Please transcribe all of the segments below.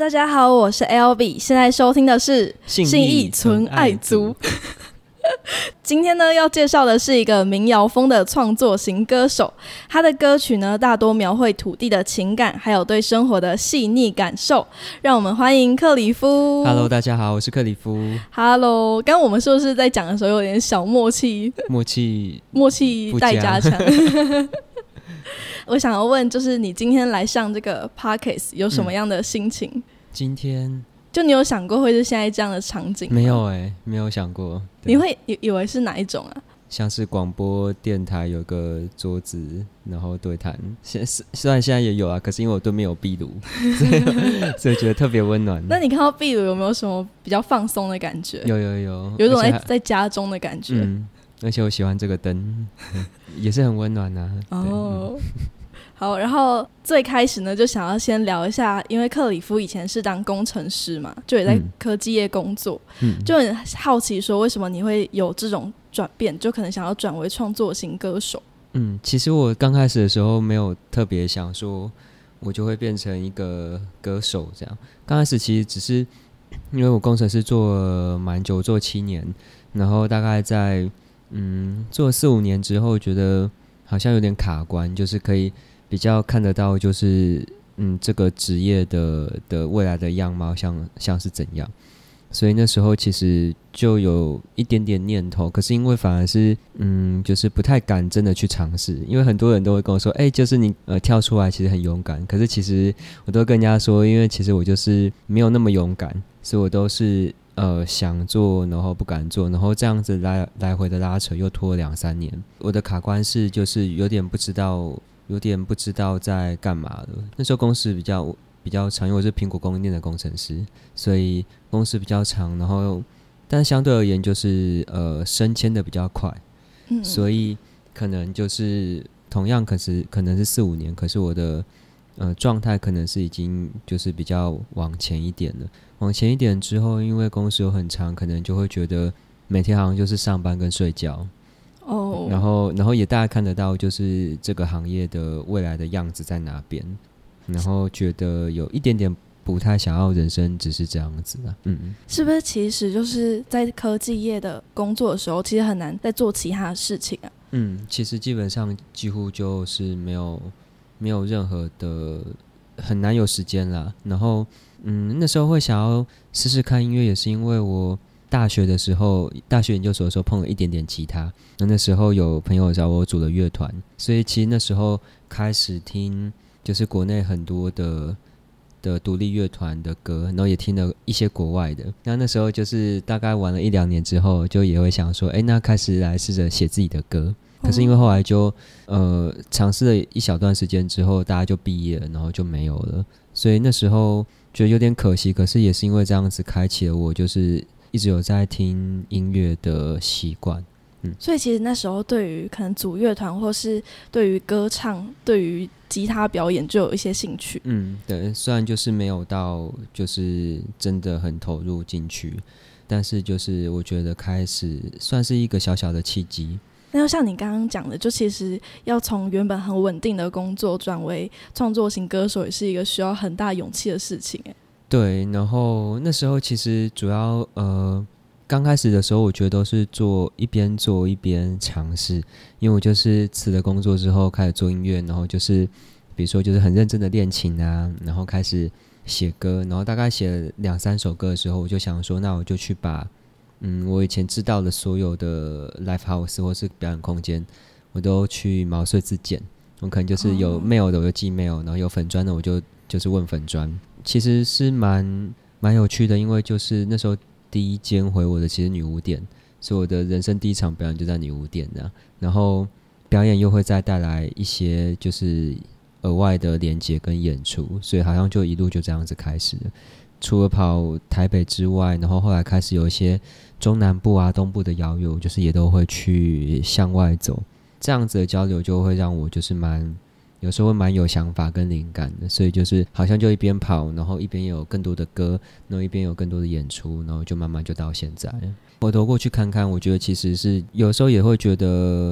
大家好，我是 LB， 现在收听的是信义纯爱族。 今天呢，要介绍的是一个民谣风的创作型歌手，他的歌曲呢，大多描绘土地的情感，还有对生活的细腻感受。让我们欢迎克里夫。 Hello， 大家好，我是克里夫。 Hello， 刚刚我们是不是在讲的时候有点小默契？默契待加强。我想要问，就是你今天来上这个 Podcast 有什么样的心情？ 今天就你有想过会是现在这样的场景吗？ 没有没有想过。 你会以为是哪一种啊？ 像是广播电台有个桌子，然后对谈。虽然现在也有啊，可是因为我对面有壁炉，所以觉得特别温暖。 那你看到壁炉有没有什么比较放松的感觉？有一种在家中的感觉。 而且我喜欢这个灯，也是很温暖啊。 哦。好，然后最开始呢，就想要先聊一下，因为克里夫以前是当工程师嘛，就也在科技业工作，就很好奇说，为什么你会有这种转变，就可能想要转为创作型歌手？其实我刚开始的时候没有特别想说，我就会变成一个歌手这样。刚开始其实只是因为我工程师做了蛮久，做7年，然后大概在做了4-5年之后，觉得好像有点卡关，就是可以比较看得到，就是这个职业的未来的样貌像是怎样，所以那时候其实就有一点点念头，可是因为反而是就是不太敢真的去尝试，因为很多人都会跟我说，就是你跳出来其实很勇敢，可是其实我都跟人家说，因为其实我就是没有那么勇敢，所以我都是想做然后不敢做，然后这样子来回的拉扯又拖了2-3年。我的卡关是就是有点不知道在干嘛了。那时候工时比较长，因为我是苹果供应链的工程师，所以工时比较长，然后但相对而言就是升迁的比较快，所以可能就是同样可能是4-5年，可是我的状态可能是已经就是比较往前一点了。往前一点之后，因为工时又很长，可能就会觉得每天好像就是上班跟睡觉。然后也大家看得到就是这个行业的未来的样子在哪边，然后觉得有一点点不太想要人生只是这样子啊。是不是其实就是在科技业的工作的时候，其实很难再做其他的事情啊？其实基本上几乎就是没有任何的，很难有时间啦。然后那时候会想要试试看音乐，也是因为我大学研究所的时候碰了一点点吉他，那时候有朋友找我组了乐团，所以其实那时候开始听就是国内很多的独立乐团的歌，然后也听了一些国外的。那时候就是大概玩了1-2年之后，就也会想说那开始来试着写自己的歌。可是因为后来就尝试了一小段时间之后，大家就毕业了，然后就没有了，所以那时候觉得有点可惜。可是也是因为这样子开启了我就是一直有在听音乐的习惯。所以其实那时候对于可能组乐团或是对于歌唱对于吉他表演就有一些兴趣。对，虽然就是没有到就是真的很投入进去，但是就是我觉得开始算是一个小小的契机。那就像你刚刚讲的，就其实要从原本很稳定的工作转为创作型歌手，也是一个需要很大勇气的事情。对，然后那时候其实主要刚开始的时候，我觉得都是一边做一边尝试，因为我就是辞了工作之后开始做音乐，然后就是比如说就是很认真的练琴啊，然后开始写歌，然后大概写了2-3首歌的时候，我就想说，那我就去把我以前知道的所有的 live house 或是表演空间，我都去毛遂自荐。我可能就是有 mail 的我就寄 mail， 然后有粉专的我就是问粉专。其实是蛮有趣的，因为就是那时候第一间回我的其实女巫店，所以我的人生第一场表演就在女巫店这样，然后表演又会再带来一些就是额外的连结跟演出，所以好像就一路就这样子开始了。除了跑台北之外，然后后来开始有一些中南部啊东部的邀约，我就是也都会去向外走，这样子的交流就会让我就是有时候会蛮有想法跟灵感的，所以就是好像就一边跑，然后一边有更多的歌，然后一边有更多的演出，然后就慢慢就到现在。回头过去看看，我觉得其实是有时候也会觉得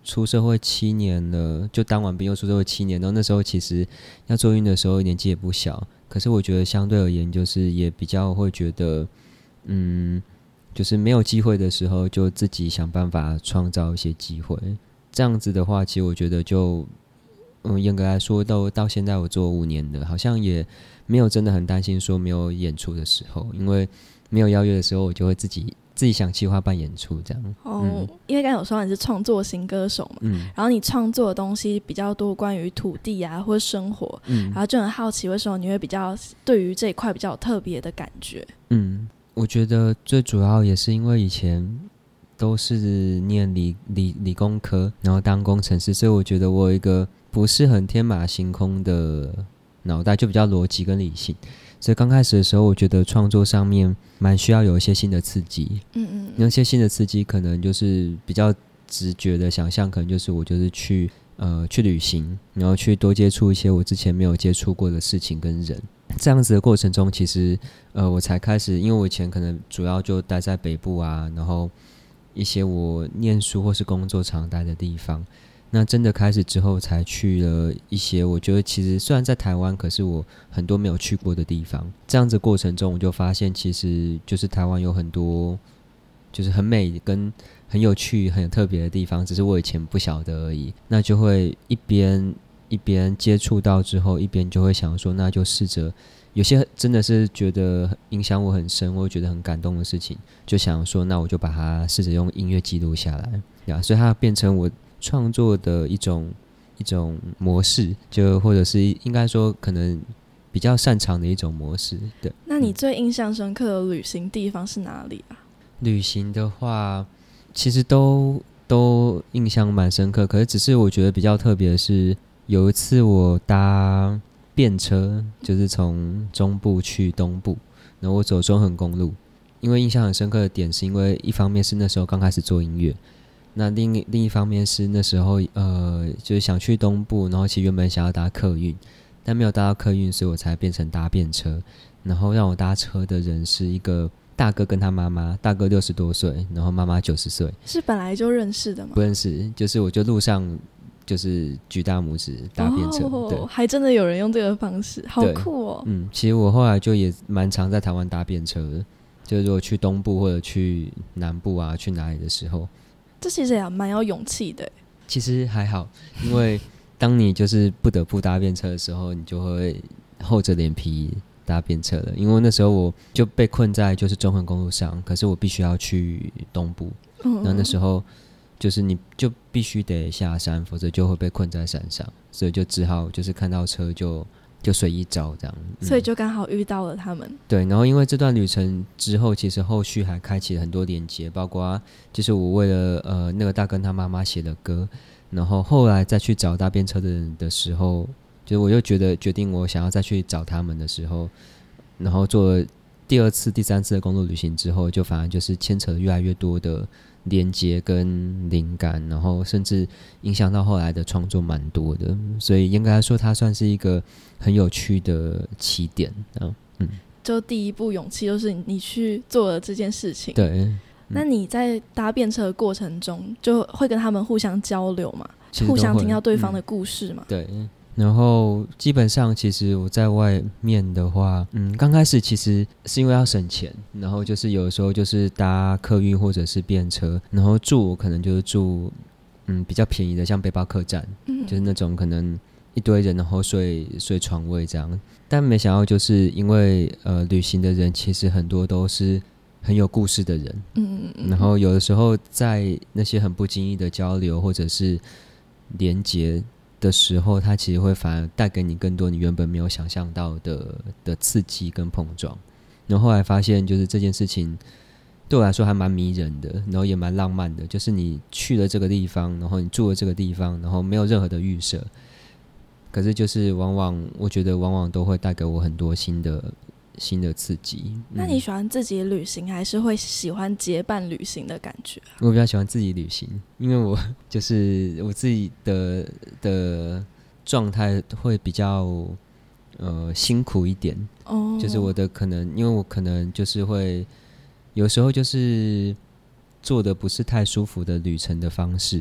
出社会7年了，就当完兵又出社会7年，然后那时候其实要做运的时候年纪也不小，可是我觉得相对而言就是也比较会觉得就是没有机会的时候就自己想办法创造一些机会，这样子的话其实我觉得就严格来说到现在我做5年的，好像也没有真的很担心说没有演出的时候，因为没有邀约的时候我就会自己想企划办演出这样。 因为刚才有说你是创作型歌手嘛，然后你创作的东西比较多关于土地啊或者生活，然后就很好奇为什么你会比较对于这一块比较有特别的感觉。 我觉得最主要也是因为以前都是念理工科，然后当工程师，所以我觉得我有一个不是很天马行空的脑袋，就比较逻辑跟理性，所以刚开始的时候我觉得创作上面蛮需要有一些新的刺激。那些新的刺激可能就是比较直觉的想象，可能就是我就是去旅行，然后去多接触一些我之前没有接触过的事情跟人。这样子的过程中其实我才开始，因为我以前可能主要就待在北部啊，然后一些我念书或是工作常待的地方，那真的开始之后才去了一些我觉得其实虽然在台湾可是我很多没有去过的地方。这样子过程中我就发现其实就是台湾有很多就是很美跟很有趣很有特别的地方，只是我以前不晓得而已。那就会一边接触到之后，一边就会想说那就试着有些真的是觉得影响我很深，我觉得很感动的事情，就想说那我就把它试着用音乐记录下来，所以它变成我创作的一种模式，就或者是应该说可能比较擅长的一种模式。对， 那你最印象深刻的旅行地方是哪里啊？ 旅行的话其实都印象蛮深刻，可是只是我觉得比较特别的是有一次我搭便车，就是从中部去东部，然后我走中横公路。因为印象很深刻的点是因为一方面是那时候刚开始做音乐，那另一方面是那时候就是想去东部，然后其实原本想要搭客运，但没有搭到客运，所以我才变成搭便车。然后让我搭车的人是一个大哥跟他妈妈，大哥60多岁，然后妈妈90岁。 是本来就认识的吗？ 不认识，就是我就路上就是举大拇指搭便车。对， 还真的有人用这个方式，好酷哦。 其实我后来就也蛮常在台湾搭便车的，就如果去东部或者去南部啊，去哪里的时候。 这其实也蛮有勇气的。 其实还好，因为当你就是不得不搭便车的时候，你就会厚着脸皮搭便车了。因为那时候我就被困在就是中横公路上，可是我必须要去东部，那时候就是你就必须得下山，否则就会被困在山上，所以就只好就是看到车就随意找这样。 所以就刚好遇到了他们。 对，然后因为这段旅程之后，其实后续还开启了很多连结，包括就是我为了那个大哥他妈妈写的歌，然后后来再去找搭便车的人的时候，就是我又决定我想要再去找他们的时候，然后做了第2次第3次的公路旅行之后，就反而就是牵扯了越来越多的连接跟灵感，然后甚至影响到后来的创作蛮多的，所以应该来说它算是一个很有趣的起点。 就第一步勇气就是你去做了这件事情。 对。 那你在搭便车的过程中就会跟他们互相交流嘛？互相听到对方的故事嘛？ 对。然后基本上其实我在外面的话刚开始其实是因为要省钱，然后就是有的时候就是搭客运或者是便车，然后住我可能就是住比较便宜的像背包客栈，就是那种可能一堆人然后睡床位这样。但没想到就是因为旅行的人其实很多都是很有故事的人，然后有的时候在那些很不经意的交流或者是连结的时候，它其实会反而带给你更多你原本没有想象到的刺激跟碰撞。然后后来发现就是这件事情对我来说还蛮迷人的，然后也蛮浪漫的，就是你去了这个地方，然后你住了这个地方，然后没有任何的预设，可是就是我觉得往往都会带给我很多新的刺激。 那你喜欢自己旅行还是会喜欢结伴旅行的感觉？ 我比较喜欢自己旅行，因为我就是我自己的状态会比较辛苦一点。就是我的可能因为我可能就是会有时候就是做的不是太舒服的旅程的方式，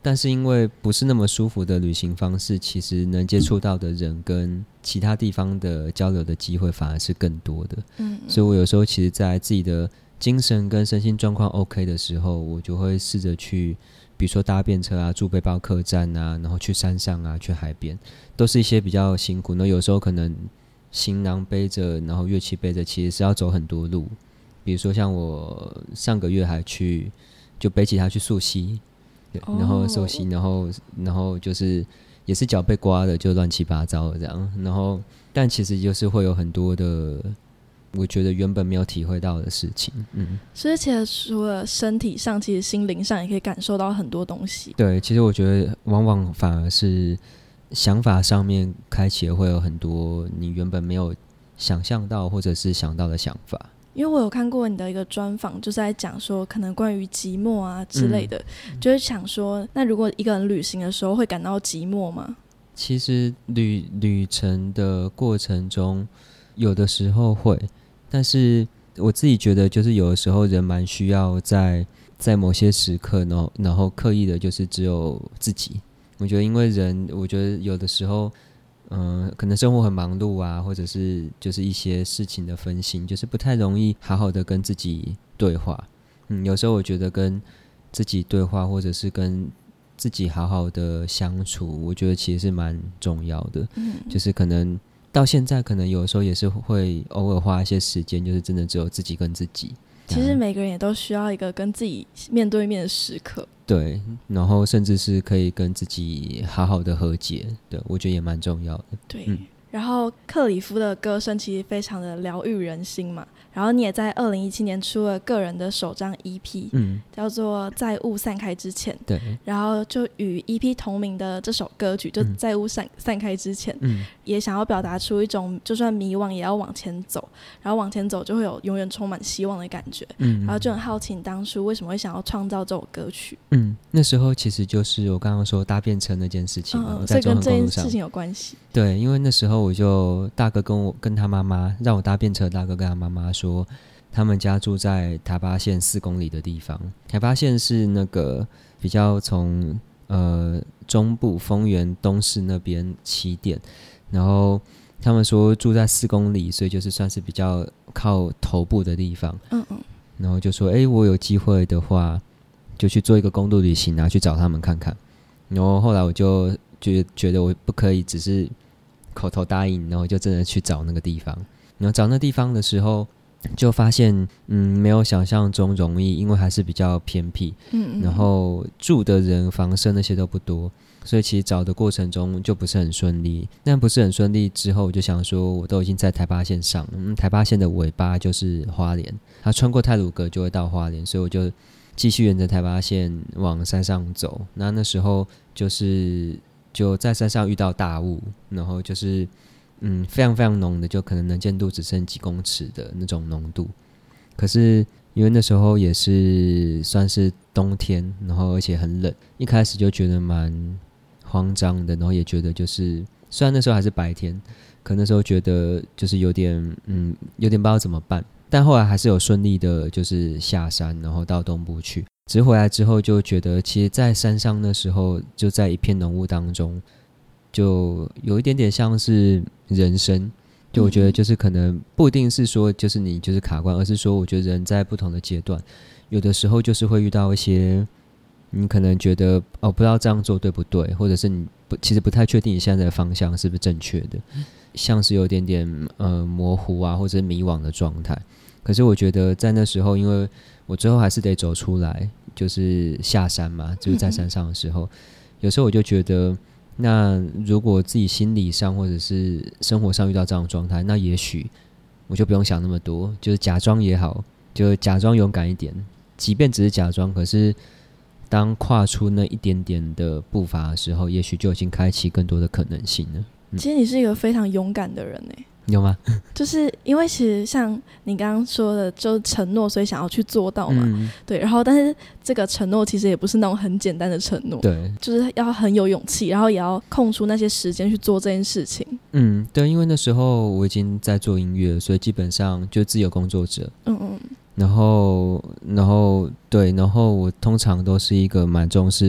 但是因为不是那么舒服的旅行方式，其实能接触到的人跟其他地方的交流的机会反而是更多的。所以我有时候其实在自己的精神跟身心状况 OK 的时候，我就会试着去比如说搭便车啊，住背包客栈啊，然后去山上啊，去海边，都是一些比较辛苦，那有时候可能行囊背着，然后乐器背着，其实是要走很多路。比如说像我上个月还去就背吉他去溯溪，然后溯溪，然后就是也是脚被刮的，就乱七八糟的这样。然后但其实就是会有很多的我觉得原本没有体会到的事情。 所以其实除了身体上，其实心灵上也可以感受到很多东西。 对，其实我觉得往往反而是想法上面开启会有很多你原本没有想象到或者是想到的想法。 因为我有看过你的一个专访，就是在讲说可能关于寂寞啊之类的，就是想说那如果一个人旅行的时候会感到寂寞吗？其实旅程的过程中有的时候会，但是我自己觉得就是有的时候人蛮需要在某些时刻然后刻意的就是只有自己。我觉得因为人我觉得有的时候可能生活很忙碌啊，或者是就是一些事情的分心，就是不太容易好好的跟自己对话。有时候我觉得跟自己对话，或者是跟自己好好的相处，我觉得其实是蛮重要的。就是可能到现在，可能有时候也是会偶尔花一些时间，就是真的只有自己跟自己。 其实每个人也都需要一个跟自己面对面的时刻。 对，然后甚至是可以跟自己好好的和解，对，我觉得也蛮重要的。 对，然后克里夫的歌声其实非常的疗愈人心嘛，然后你也在2017年出了个人的首张 EP，叫做《在雾散开之前》， 对， 然后就与 EP 同名的这首歌曲就在雾散开之前，也想要表达出一种就算迷惘也要往前走，然后往前走就会有永远充满希望的感觉。然后就很好奇你当初为什么会想要创造这首歌曲。 那时候其实就是我刚刚说搭便车那件事情嘛， 所以跟这件事情有关系。 对，因为那时候我就大哥跟他妈妈，让我搭便车的大哥跟他妈妈说，他们家住在台八线4公里的地方。台八线是那个比较从中部丰原东市那边起点，然后他们说住在4公里，所以就是算是比较靠头部的地方。然后就说我有机会的话就去做一个公路旅行啊，去找他们看看。然后后来我就觉得我不可以只是口头答应，然后就真的去找那个地方。然后找那地方的时候就发现没有想象中容易，因为还是比较偏僻，然后住的人房舍那些都不多，所以其实找的过程中就不是很顺利。但不是很顺利之后，我就想说我都已经在台八线上了，台八线的尾巴就是花莲，它穿过太鲁阁就会到花莲，所以我就继续沿着台八线往山上走。那时候就在山上遇到大雾，然后就是非常非常浓的，就可能能见度只剩几公尺的那种浓度。可是因为那时候也是算是冬天，然后而且很冷，一开始就觉得蛮慌张的，然后也觉得就是虽然那时候还是白天，可那时候觉得就是有点不知道怎么办，但后来还是有顺利的就是下山，然后到东部去。只是回来之后就觉得其实在山上那时候就在一片浓雾当中，就有一点点像是人生。就我觉得就是可能不一定是说就是你就是卡关，而是说我觉得人在不同的阶段，有的时候就是会遇到一些你可能觉得不知道这样做对不对，或者是你其实不太确定你现在的方向是不是正确的，像是有点点模糊啊或者是迷惘的状态。可是我觉得在那时候，因为我最后还是得走出来，就是下山嘛，就是在山上的时候，有时候我就觉得那如果自己心理上或者是生活上遇到这样的状态，那也许我就不用想那么多，就是假装也好，就假装勇敢一点，即便只是假装，可是当跨出那一点点的步伐的时候，也许就已经开启更多的可能性了。 其实你是一个非常勇敢的人耶。 有吗？ 就是因为其实像你刚刚说的，就承诺，所以想要去做到嘛。对，然后但是这个承诺其实也不是那种很简单的承诺， 对， 就是要很有勇气，然后也要空出那些时间去做这件事情。 对，因为那时候我已经在做音乐，所以基本上就自由工作者。然后对，然后我通常都是一个蛮重视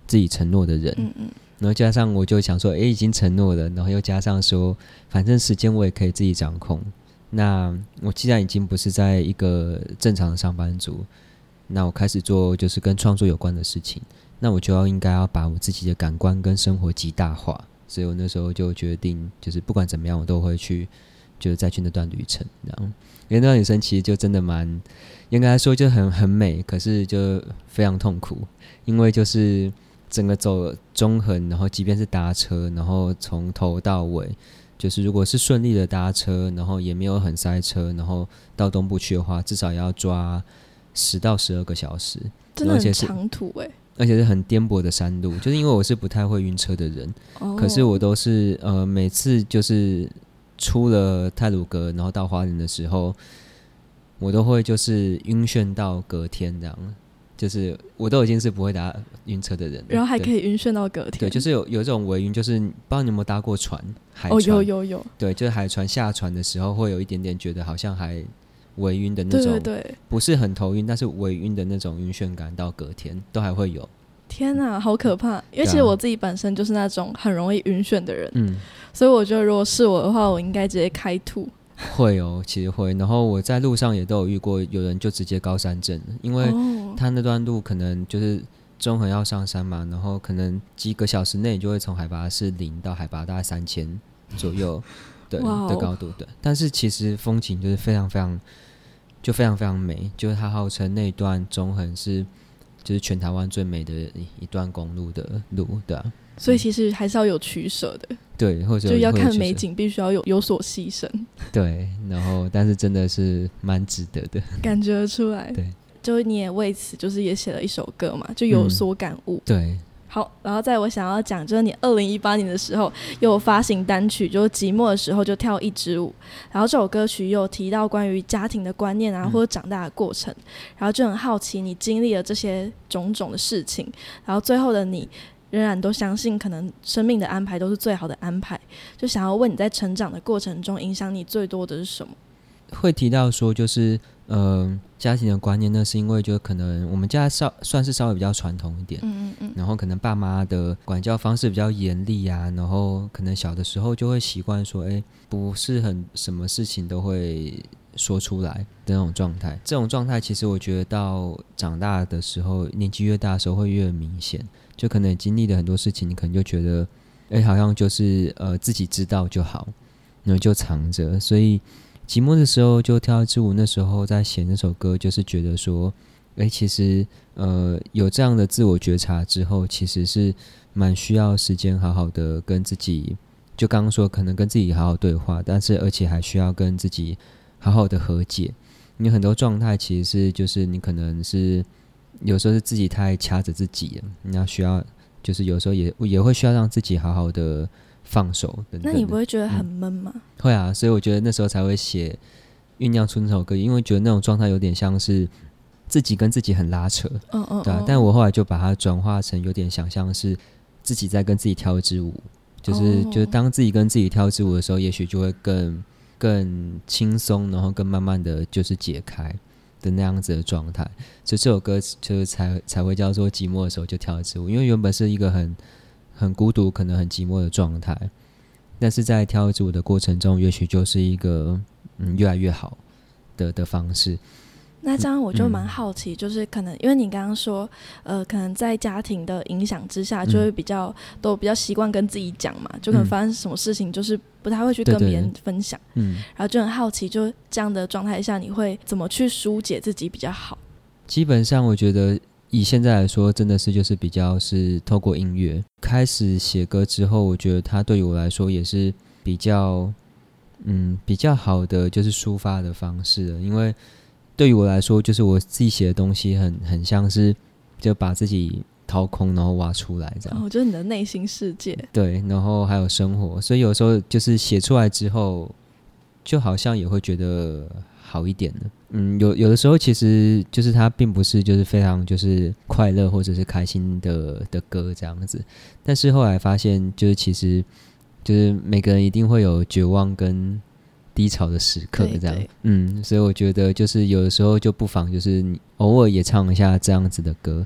自己承诺的人，然后加上我就想说，已经承诺了，然后又加上说，反正时间我也可以自己掌控。那我既然已经不是在一个正常的上班族，那我开始做就是跟创作有关的事情，那我就应该要把我自己的感官跟生活极大化。所以我那时候就决定，就是不管怎么样，我都会去，就是再去那段旅程这样。因为那段旅程其实就真的蛮，应该来说就很美，可是就非常痛苦，因为就是整个走中横，然后即便是搭车，然后从头到尾，就是如果是顺利的搭车，然后也没有很塞车，然后到东部去的话，至少也要抓10到12个小时， 真的很长途欸。 而且是很颠簸的山路，就是因为我是不太会晕车的人，可是我都是每次就是出了太鲁阁，然后到花莲的时候，我都会就是晕眩到隔天这样，就是我都已经是不会搭晕车的人， 然后还可以晕眩到隔天。 对，就是有这种微晕，就是不知道你有没有搭过船，海船。 有。对， 就是海船下船的时候会有一点点觉得好像还微晕的那种， 对， 不是很头晕，但是微晕的那种晕眩感，到隔天都还会有。 天哪，好可怕！因为其实我自己本身就是那种很容易晕眩的人，所以我觉得如果是我的话，我应该直接开吐。 会其实会。然后我在路上也都有遇过，有人就直接高山症，因为他那段路可能就是中横要上山嘛，然后可能几个小时内就会从海拔是0到海拔大概3000左右对的高度，对。但是其实风景就是非常非常美，就是它号称那段中横是就是全台湾最美的一段公路的路，对啊。 所以其实还是要有取舍的， 对，或者就要看美景，必须要有所牺牲。对， 然后但是真的是蛮值得的，感觉得出来。 对， 就你也为此就是也写了一首歌嘛，就有所感悟。 对。 好，然后在我想要讲就是你2018年的时候有发行单曲，就是寂寞的时候就跳一支舞，然后这首歌曲有提到关于家庭的观念啊，或者长大的过程，然后就很好奇你经历了这些种种的事情，然后最后的你仍然都相信可能生命的安排都是最好的安排，就想要问你在成长的过程中影响你最多的是什么？ 会提到说就是家庭的观念，那是因为就可能我们家算是稍微比较传统一点，然后可能爸妈的管教方式比较严厉啊，然后可能小的时候就会习惯说不是很什么事情都会说出来的那种状态。这种状态其实我觉得到长大的时候，年纪越大的时候会越明显，就可能经历了很多事情，你可能就觉得好像就是自己知道就好，然后就藏着。所以寂寞的时候就跳一支舞，那时候在写那首歌，就是觉得说其实有这样的自我觉察之后，其实是蛮需要时间好好的跟自己，就刚刚说可能跟自己好好对话，但是而且还需要跟自己好好的和解。你很多状态其实是就是你可能是有时候是自己太掐着自己了，你要需要就是有时候也会需要让自己好好的放手等等的。 那你不会觉得很闷吗？ 会啊，所以我觉得那时候才会写酝酿出那首歌，因为觉得那种状态有点像是自己跟自己很拉扯，对啊。但我后来就把它转化成有点想象是自己在跟自己跳一支舞，就是当自己跟自己跳一支舞的时候，也许就会更轻松，然后更慢慢的就是解开的那样子的状态。所以这首歌就是才会叫做寂寞的时候就跳一支舞，因为原本是一个很孤独可能很寂寞的状态，但是在跳一支舞的过程中，也许就是一个越来越好的方式。 那这样我就蛮好奇，就是可能因为你刚刚说可能在家庭的影响之下，就会都比较习惯跟自己讲嘛，就可能发生什么事情就是不太会去跟别人分享，然后就很好奇，就这样的状态下你会怎么去疏解自己比较好？基本上我觉得以现在来说，真的是就是比较是透过音乐开始写歌之后，我觉得它对于我来说也是比较好的就是抒发的方式了。因为对于我来说，就是我自己写的东西很像是就把自己掏空然后挖出来这样， 就是你的内心世界。对， 然后还有生活，所以有时候就是写出来之后就好像也会觉得好一点了。有的时候其实就是它并不是就是非常就是快乐或者是开心的歌这样子，但是后来发现就是其实就是每个人一定会有绝望跟低潮的时刻这样。所以我觉得就是有的时候就不妨就是你偶尔也唱一下这样子的歌，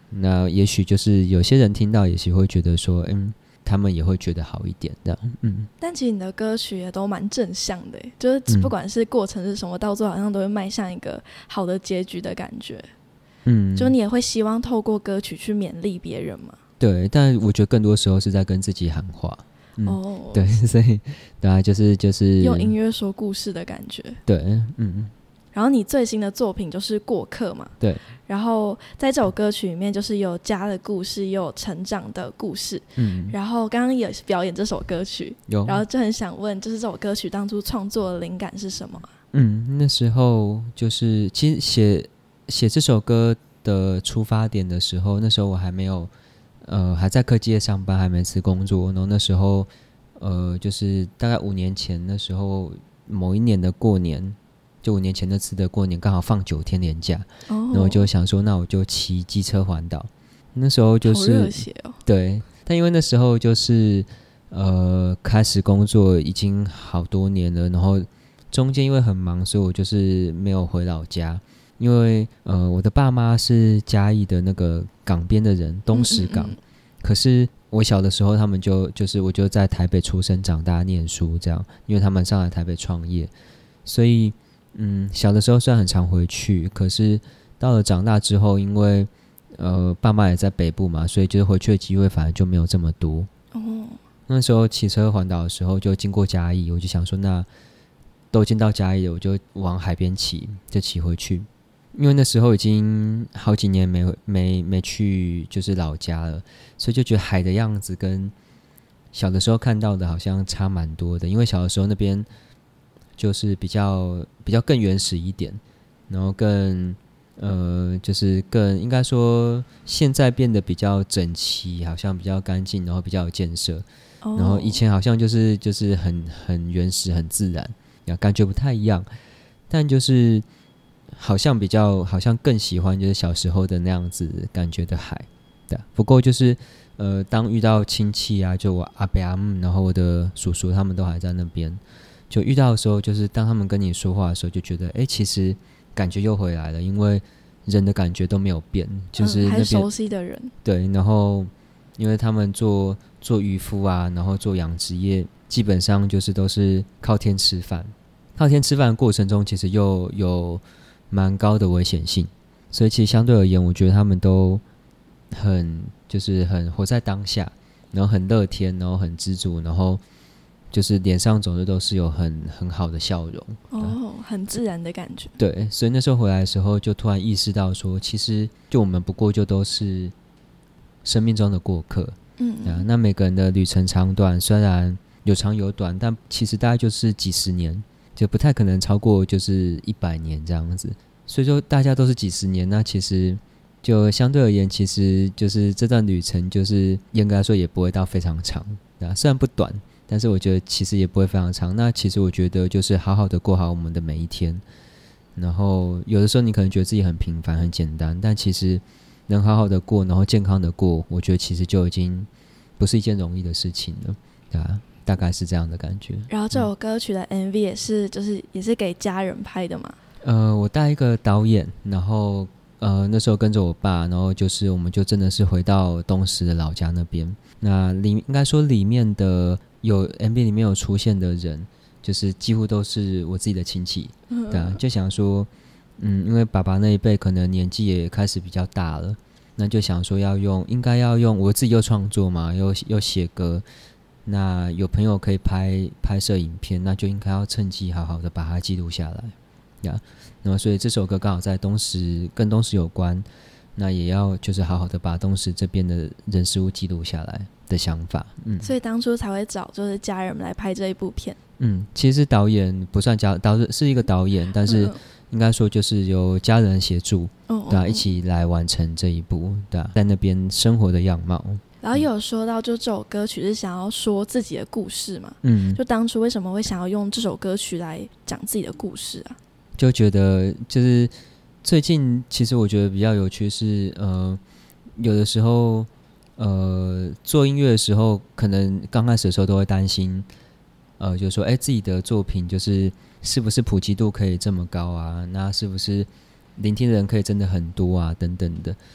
那也许就是有些人听到也许会觉得说他们也会觉得好一点这样。 但其实你的歌曲也都蛮正向的，就是不管是过程是什么，到最后好像都会迈向一个好的结局的感觉。就你也会希望透过歌曲去勉励别人嘛？对， 但我觉得更多时候是在跟自己喊话。对，所以大家就是用音乐说故事的感觉。 对， 然后你最新的作品就是过客嘛？ 对。 然后在这首歌曲里面，就是有家的故事，也有成长的故事。然后刚刚也表演这首歌曲，然后就很想问，就是这首歌曲当初创作的灵感是什么？ 那时候就是其实写这首歌的出发点的时候，那时候我还没有还在科技业上班，还没辞工作。然后那时候就是大概5年前，那时候某一年的过年。就5年前那次的过年刚好放9天连假，然后我就想说那我就骑机车环岛。那时候就是好热血哦。 对，但因为那时候就是开始工作已经好多年了，然后中间因为很忙，所以我就是没有回老家。因为我的爸妈是嘉义的那个港边的人，东石港。可是我小的时候他们就是我就在台北出生长大念书这样，因为他们上来台北创业，所以小的时候虽然很常回去，可是到了长大之后，因为爸妈也在北部嘛，所以就是回去的机会反而就没有这么多。那时候骑车环岛的时候就经过嘉义，我就想说那都进到嘉义了，我就往海边骑，就骑回去。因为那时候已经好几年没去就是老家了，所以就觉得海的样子跟小的时候看到的好像差蛮多的。因为小的时候那边就是比较更原始一点，然后更就是更应该说现在变得比较整齐，好像比较干净，然后比较有建设。然后以前好像就是很原始很自然，感觉不太一样。但就是好像更喜欢就是小时候的那样子感觉的海。对，不过就是当遇到亲戚啊，就我阿伯阿姆，然后我的叔叔他们都还在那边。就遇到的时候，就是当他们跟你说话的时候，就觉得其实感觉又回来了，因为人的感觉都没有变，就是那边还熟悉的人。对， 然后因为他们做渔夫啊，然后做养殖业，基本上就是都是靠天吃饭。靠天吃饭的过程中，其实又有蛮高的危险性，所以其实相对而言，我觉得他们都很活在当下，然后很乐天，然后很知足，然后就是脸上总是都是有很好的笑容。 很自然的感觉。 对，所以那时候回来的时候就突然意识到说，其实就我们不过就都是生命中的过客。那每个人的旅程长短虽然有长有短，但其实大概就是几十年，就不太可能超过就是100年这样子。所以说大家都是几十年，那其实就相对而言，其实就是这段旅程就是严格来说也不会到非常长，虽然不短，但是我觉得其实也不会非常长。那其实我觉得就是好好的过好我们的每一天，然后有的时候你可能觉得自己很平凡很简单，但其实能好好的过，然后健康的过，我觉得其实就已经不是一件容易的事情了。大概是这样的感觉。 然后这首歌曲的 MV 也是给家人拍的嘛？ 我带一个导演，然后那时候跟着我爸，然后就是我们就真的是回到东石的老家那边。那应该说里面的有 MV 里面有出现的人，就是几乎都是我自己的亲戚。就想说因为爸爸那一辈可能年纪也开始比较大了，那就想说应该要用我自己又创作嘛，又写歌，那有朋友可以拍摄影片，那就应该要趁机好好的把它记录下来。那么所以这首歌刚好在跟东石有关，那也要就是好好的把东石这边的人事物记录下来的想法。 所以当初才会找就是家人来拍这一部片。 其实导演不算是一个导演，但是应该说就是由家人协助，一起来完成这一部在那边生活的样貌。 然后有说到就这首歌曲是想要说自己的故事嘛，就当初为什么会想要用这首歌曲来讲自己的故事啊？ 就觉得就是最近其实我觉得比较有趣是有的时候做音乐的时候，可能刚开始的时候都会担心就是说自己的作品是不是普及度可以这么高啊，那是不是聆听的人可以真的很多啊等等的。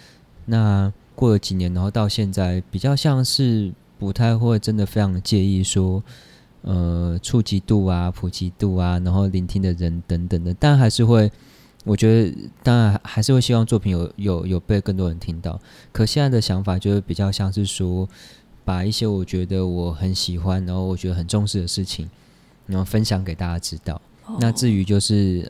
那过了几年，然后到现在比较像是不太会真的非常介意说触及度啊、普及度啊，然后聆听的人等等的，但还是会，我觉得当然还是会希望作品有被更多人听到。可现在的想法就是比较像是说，把一些我觉得我很喜欢，然后我觉得很重视的事情，然后分享给大家知道。那至于就是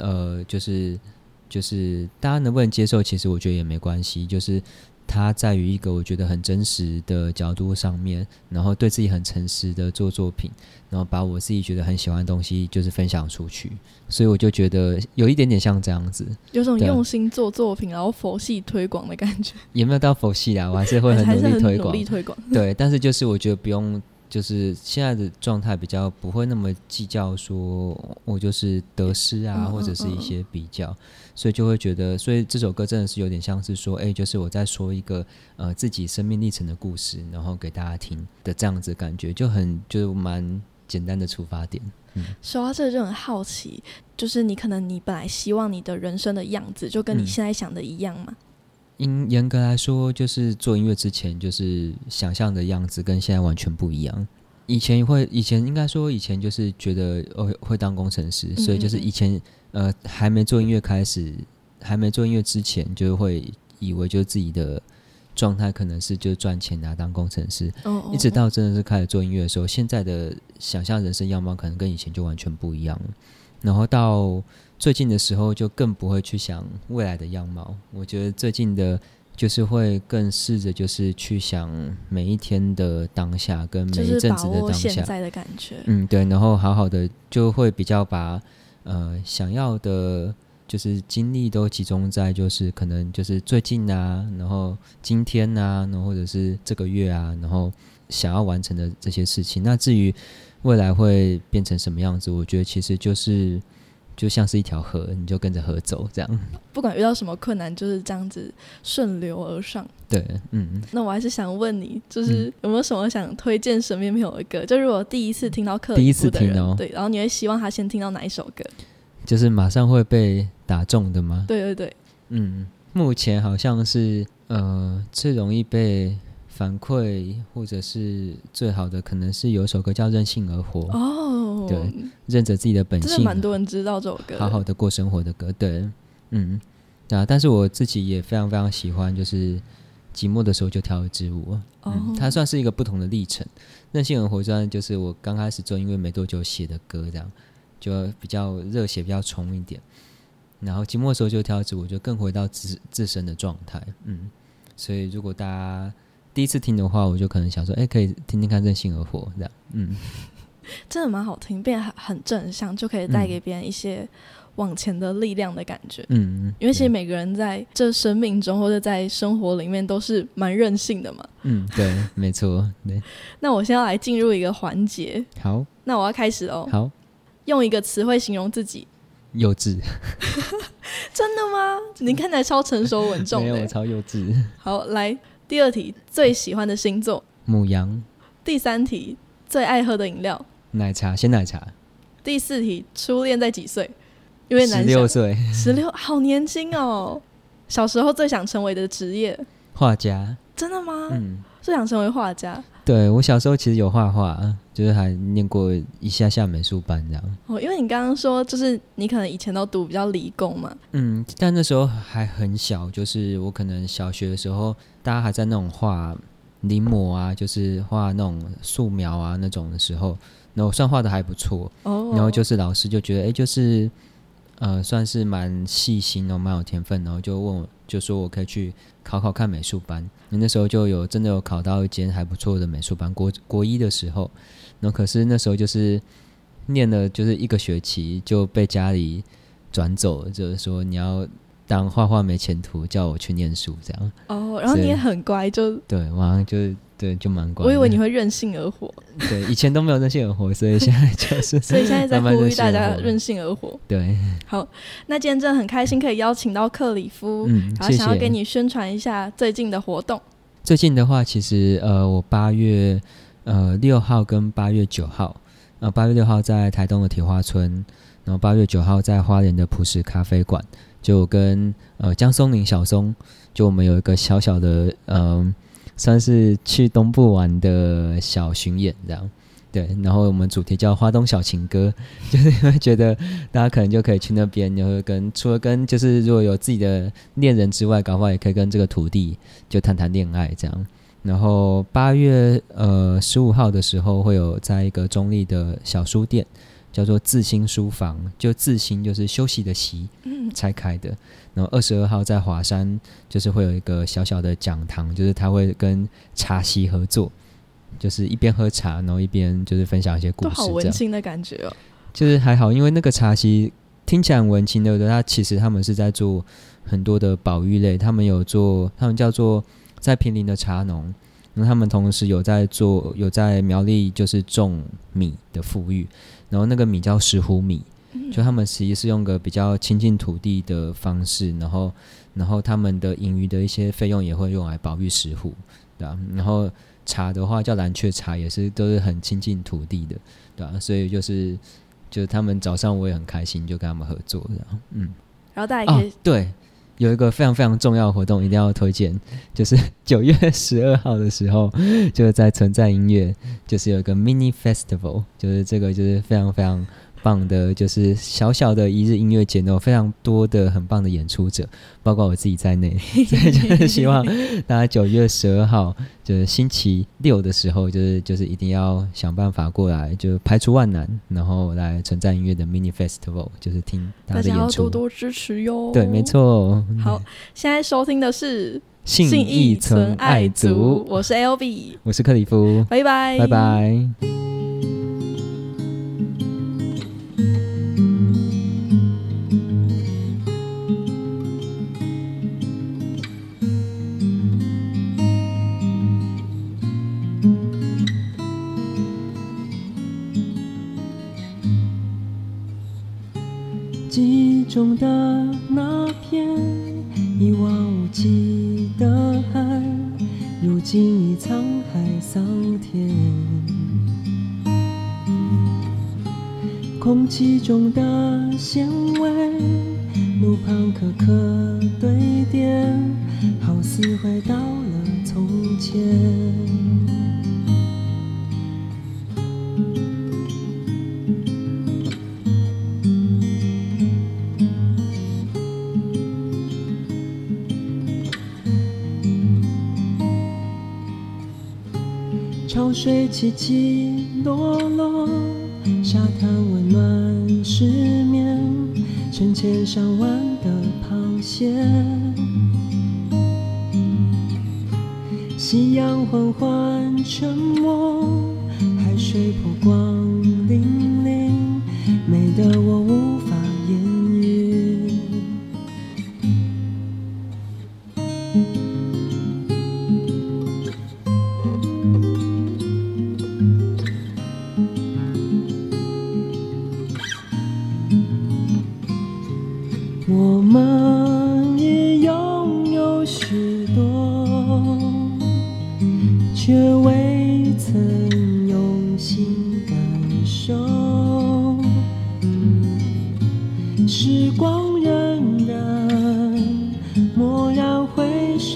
大家能不能接受，其实我觉得也没关系，就是它在于一个我觉得很真实的角度上面，然后对自己很诚实的做作品，然后把我自己觉得很喜欢的东西就是分享出去。所以我就觉得有一点点像这样子， 有种用心做作品然后佛系推广的感觉。 也没有到佛系啦，我还是会很努力推广对，但是就是我觉得不用，就是现在的状态比较不会那么计较说我就是得失啊，或者是一些比较，所以就会觉得，所以这首歌真的是有点像是说，就是我在说一个自己生命历程的故事，然后给大家听的这样子的感觉，就是蛮简单的出发点。 说到这就很好奇，就是你本来希望你的人生的样子就跟你现在想的一样吗？ 严格来说，就是做音乐之前，就是想象的样子跟现在完全不一样。以前应该说以前就是觉得会当工程师，所以就是以前还没做音乐之前，就会以为就是自己的状态可能是就赚钱啊，当工程师。一直到真的是开始做音乐的时候，现在的想象人生样貌可能跟以前就完全不一样了。然后到最近的时候就更不会去想未来的样貌，我觉得最近的就是会更试着就是去想每一天的当下跟每一阵子的当下，就是把握现在的感觉。 对，然后好好的就会比较把想要的就是精力都集中在就是可能就是最近啊，然后今天啊，然后或者是这个月啊，然后想要完成的这些事情。那至于未来会变成什么样子，我觉得其实就像是一条河，你就跟着河走这样， 不管遇到什么困难就是这样子顺流而上。 对， 那我还是想问你，就是有没有什么想推荐身边朋友的歌，就如果第一次听到克里夫的人，对，然后你会希望他先听到哪一首歌， 就是马上会被打中的吗？ 对对对， 目前好像是最容易被反馈或者是最好的可能是有一首歌叫任性而活。对，认着自己的本性， 真的蛮多人知道这首歌， 好好的过生活的歌。对，对啊，但是我自己也非常非常喜欢就是寂寞的时候就跳一支舞。它算是一个不同的历程。任性而活虽然就是我刚开始做音乐没多久写的歌，这样就比较热血比较冲一点，然后寂寞的时候就跳一支舞，就更回到自身的状态。所以如果大家第一次听的话，我就可能想说可以听听看任性而活这样。 真的蛮好听，变得很正向，就可以带给别人一些往前的力量的感觉。因为其实每个人在这生命中或者在生活里面都是蛮任性的嘛。 对，没错。对， 那我现在要来进入一个环节。 好， 那我要开始哦。 好， 用一个词汇形容自己。 幼稚。 真的吗？你看起来超成熟稳重的。 没有，我超幼稚。 好，来第二题，最喜欢的星座。 牡羊。 第三题，最爱喝的饮料。 奶茶，鲜奶茶。 第四题，初恋在几岁？因为难想。 16岁。 16，好年轻哦。小时候最想成为的职业？ 画家。 真的吗？最想成为画家。 对，我小时候其实有画画，就是还念过一下下美术班这样。 因为你刚刚说就是你可能以前都读比较理工嘛。 但那时候还很小，就是我可能小学的时候大家还在那种画临摹啊，就是画那种素描啊那种的时候，然后我算画的还不错。然后就是老师就觉得就是算是蛮细心哦，蛮有天分，然后就问我，就说我可以去考考看美术班。那时候就真的有考到一间还不错的美术班，国一的时候。然后可是那时候就是念了就是1个学期就被家里转走了，就是说你要当画画没前途，叫我去念书这样。 然后你也很乖，就对，我好像就蛮乖的。 我以为你会任性而活。 对，以前都没有任性而活，所以现在就是所以现在在呼吁大家任性而活。 对， 好，那今天真的很开心可以邀请到克里夫，然后想要给你宣传一下最近的活动。 最近的话，其实我8月6号跟8月9号，8月6号在台东的铁花村，然后8月9号在花莲的朴实咖啡馆， 就跟江松林小松，就我们有一个小小的算是去东部玩的小巡演这样。对，然后我们主题叫花东小情歌，就是因为觉得大家可能就可以去那边，就会除了跟就是如果有自己的恋人之外，搞不好也可以跟这个土地就谈谈恋爱这样。然后8月15号的时候会有在一个中立的小书店叫做自心书房，就自心就是休息的息拆开的。然后22号在华山就是会有一个小小的讲堂，就是他会跟茶席合作，就是一边喝茶，然后一边就是分享一些故事， 都好文青的感觉哦。 就是还好，因为那个茶席听起来很文青，对不对？其实他们是在做很多的保育类，他们叫做在坪林的茶农，然后他们同时有在苗栗就是种米的富裕，然后那个米叫石斛米，就他们其实是用个比较亲近土地的方式，然后他们的盈余的一些费用也会用来保育石斛，对吧？然后茶的话叫蓝雀茶，也是都是很亲近土地的，对吧？所以就是他们早上我也很开心，就跟他们合作这样， 然后大家可以、 对，有一个非常非常重要的活动一定要推荐，就是9月12号的时候，就是在存在音乐，就是有一个 mini festival， 就是这个就是非常非常棒的，就是小小的一日音乐节，有非常多的很棒的演出者，包括我自己在内，所以就是希望大家9月12号就是星期六的时候，就是一定要想办法过来，就排除万难，然后来存在音乐的 mini festival， 就是听大家的演出， 大家要多多支持哟。 对，没错。 好，现在收听的是信义存爱族， 我是 LB， 我是克里夫， 拜拜， 拜拜。 记忆中的那片一望无际的海，如今已沧海桑田。空气中的咸味，路旁颗颗堆叠，好似回到了从前。潮水起起落落，沙滩温暖失眠，成千上万的螃蟹。夕阳缓缓沉没，海水波光粼粼，美得我无法言语。我们已拥有许多，却未曾用心感受。时光荏苒，蓦然回首，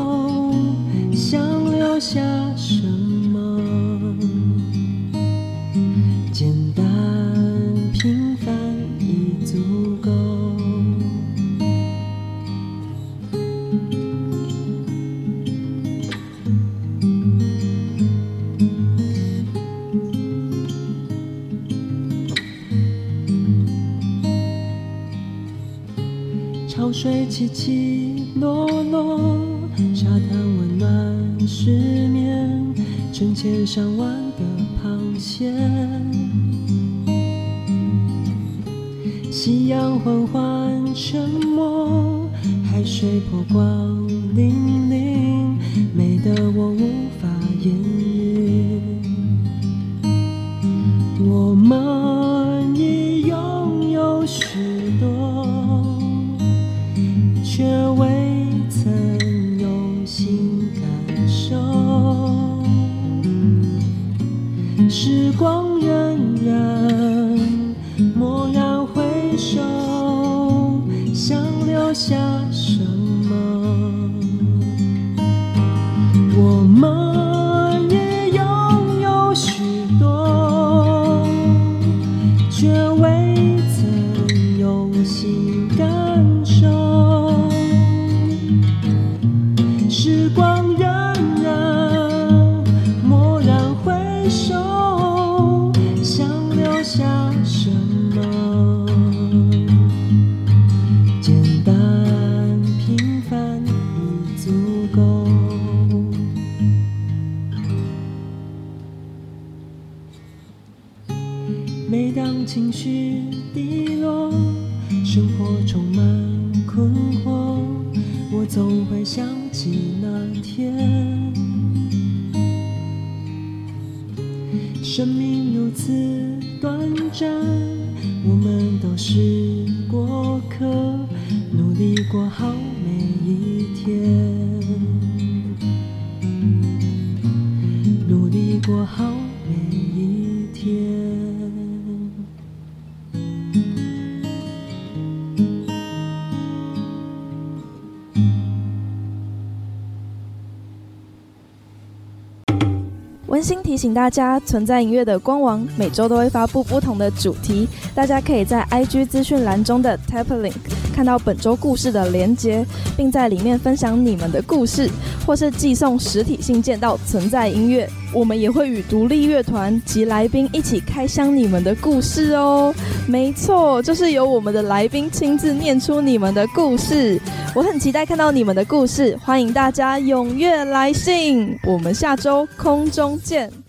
想留下什么？简单平凡已足够。潮水起起落落，沙滩温暖失眠，成千上万的螃蟹。夕阳缓缓沉没，海水波光粼粼，美得我无法言语。我们已拥有许多，却未曾用心感受。时光荏苒，蓦然回首，想留下什么？我们也拥有许多，却未曾用心感受。时光荏苒，蓦然回首，想留下什么？简单平凡已足够。每当情绪低落，生活充满困惑，我总会想起那天。生命如此短暂，我们都是过客，努力过好每一天，努力过好每一天。 温馨提醒大家，存在音乐的官网每周都会发布不同的主题，大家可以在 IG 资讯栏中的 Tap Link 看到本周故事的连结，并在里面分享你们的故事，或是寄送实体信件到存在音乐。我们也会与独立乐团及来宾一起开箱你们的故事哦。没错，就是由我们的来宾亲自念出你们的故事。我很期待看到你们的故事，欢迎大家踊跃来信。我们下周空中见。